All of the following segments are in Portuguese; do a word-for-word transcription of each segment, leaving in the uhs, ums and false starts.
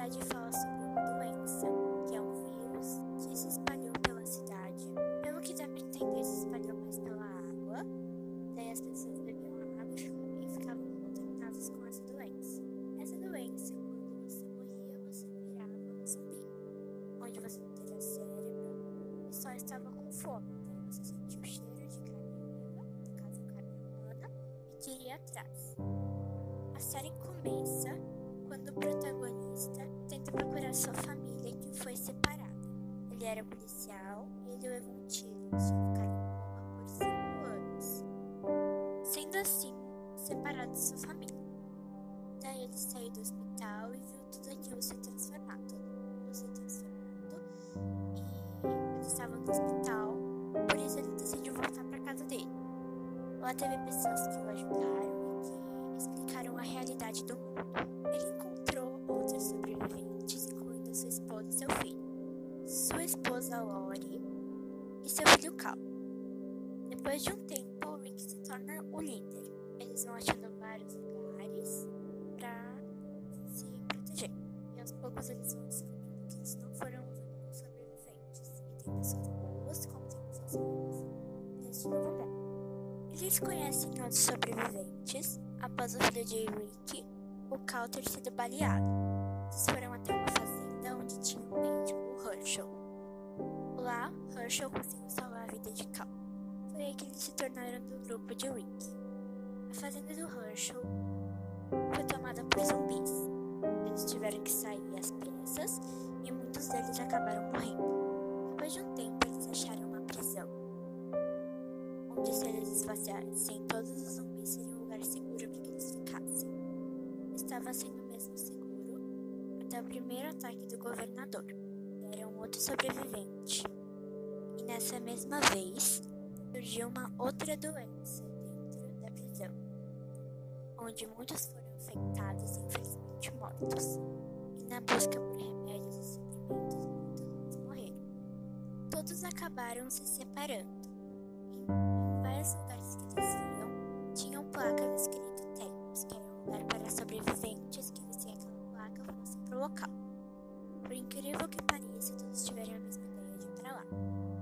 cidade fala sobre uma doença, que é um vírus que se espalhou pela cidade. Pelo que dá pra entender, se espalhou mais pela água. Daí as pessoas bebiam a água e ficavam contaminadas com essa doença. Essa doença, quando você morria, você virava um zumbi, onde você não teria cérebro e só estava com fome. Daí você sentia o cheiro de carne viva, no caso carne humana, e queria atrás. A série começa quando o protagonista tenta procurar sua família que foi separada. Ele era policial e ele levou um tiro e tinha ficado em coma por cinco anos. Sendo assim, separado de sua família. Daí ele saiu do hospital e viu tudo aquilo se transformar, todo mundo se transformando. E eles estavam no hospital, por isso ele decidiu voltar para casa dele. Lá teve pessoas que o ajudaram e que explicaram a realidade do mundo. Ele encontrou outros sobreviventes, incluindo sua esposa e seu filho, sua esposa Lori e seu filho Cal. Depois de um tempo, o Rick se torna o líder. Eles vão achando vários lugares para se proteger. E aos poucos eles vão descobrindo que eles não foram os únicos sobreviventes. E tem pessoas boas, como tem pessoas ruins neste novo mundo. Eles conhecem outros sobreviventes após o filho de Rick, o Cal, ter sido baleado. Eles foram até uma fazenda onde tinha um médico, o Herschel. Lá, Herschel conseguiu salvar a vida de Cal. Foi aí que eles se tornaram do grupo de Rick. A fazenda do Herschel foi tomada por zumbis. Eles tiveram que sair às pressas e muitos deles acabaram morrendo. Depois de um tempo, eles acharam uma prisão, onde se eles esvaziassem todos os zumbis seria um lugar seguro para que eles ficassem. Estava sendo mesmo seguro até o primeiro ataque do governador. Era um outro sobrevivente. E nessa mesma vez, surgiu uma outra doença dentro da prisão, onde muitos foram infectados e infelizmente mortos. E na busca por remédios e suprimentos, muitos morreram. Todos acabaram se separando. Em vários lugares que eles iam, tinham placas escrito Thames, que era um lugar para sobreviventes que vissem aquela placa fossem pro local. Por incrível que pareça, todos tiveram a mesma ideia de ir para lá.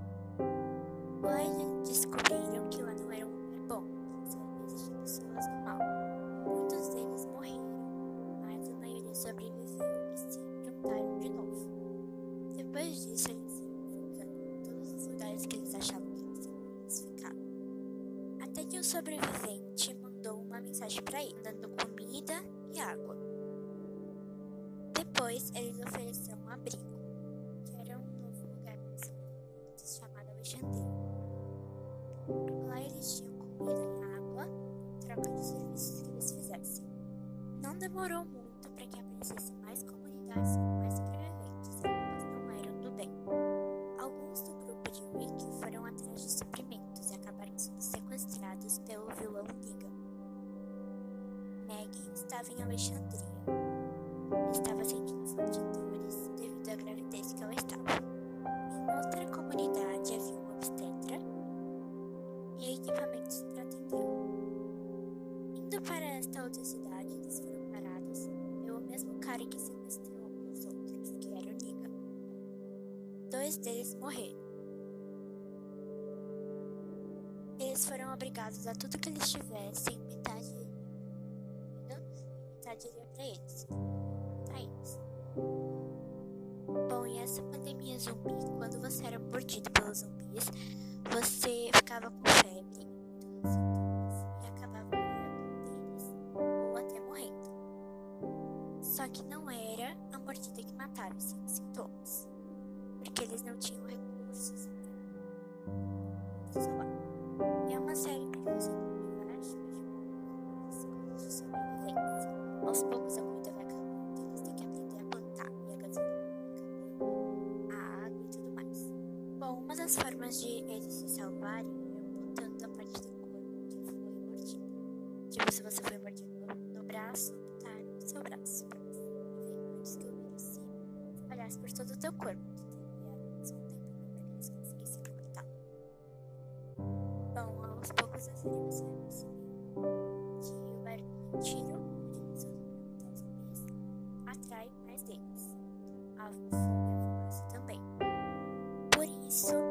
Lá eles descobriram que lá não era um lugar bom, existiam pessoas do mal. Muitos deles morreram, mas a maioria sobreviveu e se juntaram de novo. Depois disso, eles iam ficando em todos os lugares que eles achavam que eles seguros ficar. Até que um sobrevivente mandou uma mensagem para ele, dando comida e água. Depois, eles ofereceram um abrigo, que era um novo lugar para os sobreviventes, chamado Alexandria. Lá eles tinham comida e água em troca de serviços que eles fizessem. Não demorou muito para que aparecessem mais comunidades com mais sobreviventes, e algumas não eram do bem. Alguns do grupo de Rick foram atrás de suprimentos e acabaram sendo sequestrados pelo vilão Negan. Maggie estava em Alexandria. Estava sentindo fortes dores devido à gravidez que ela estava. Em outra comunidade havia um obstetra e equipamentos para atendê-la. Indo para esta outra cidade, eles foram parados pelo mesmo cara que sequestrou os outros, que era o Negan. Dois deles morreram. Eles foram obrigados a tudo que eles tivessem, metade iria para metade iria para eles. Tá eles. Bom, e essa pandemia zumbi, quando você era mordido pelos zumbis, você ficava com febre, muitos sintomas, e acabava morrendo deles, ou até morrendo. Só que não era a mordida que matava, sim, os sintomas, porque eles não tinham recursos pra salvar. E é uma série que você tem várias coisas de sobrevivência. Aos poucos a comida vai acabando, eles têm que aprender a plantar, e a gasolina vai acabando, a água e tudo mais. Bom, uma das formas de eles se salvarem é amputando a parte do corpo que foi mordida. Tipo, se você foi mordido no braço, amputaram o seu braço pra você viver antes que o vírus se espalhasse por todo o teu corpo. Tu teria só um tempo para que eles conseguissem cortar. Bom, aos poucos a série você vai perceber que o barulho de um tiro, onde eles usam pra matar os zumbis, atrai mais deles. A fogo e a fumaça também. Por isso,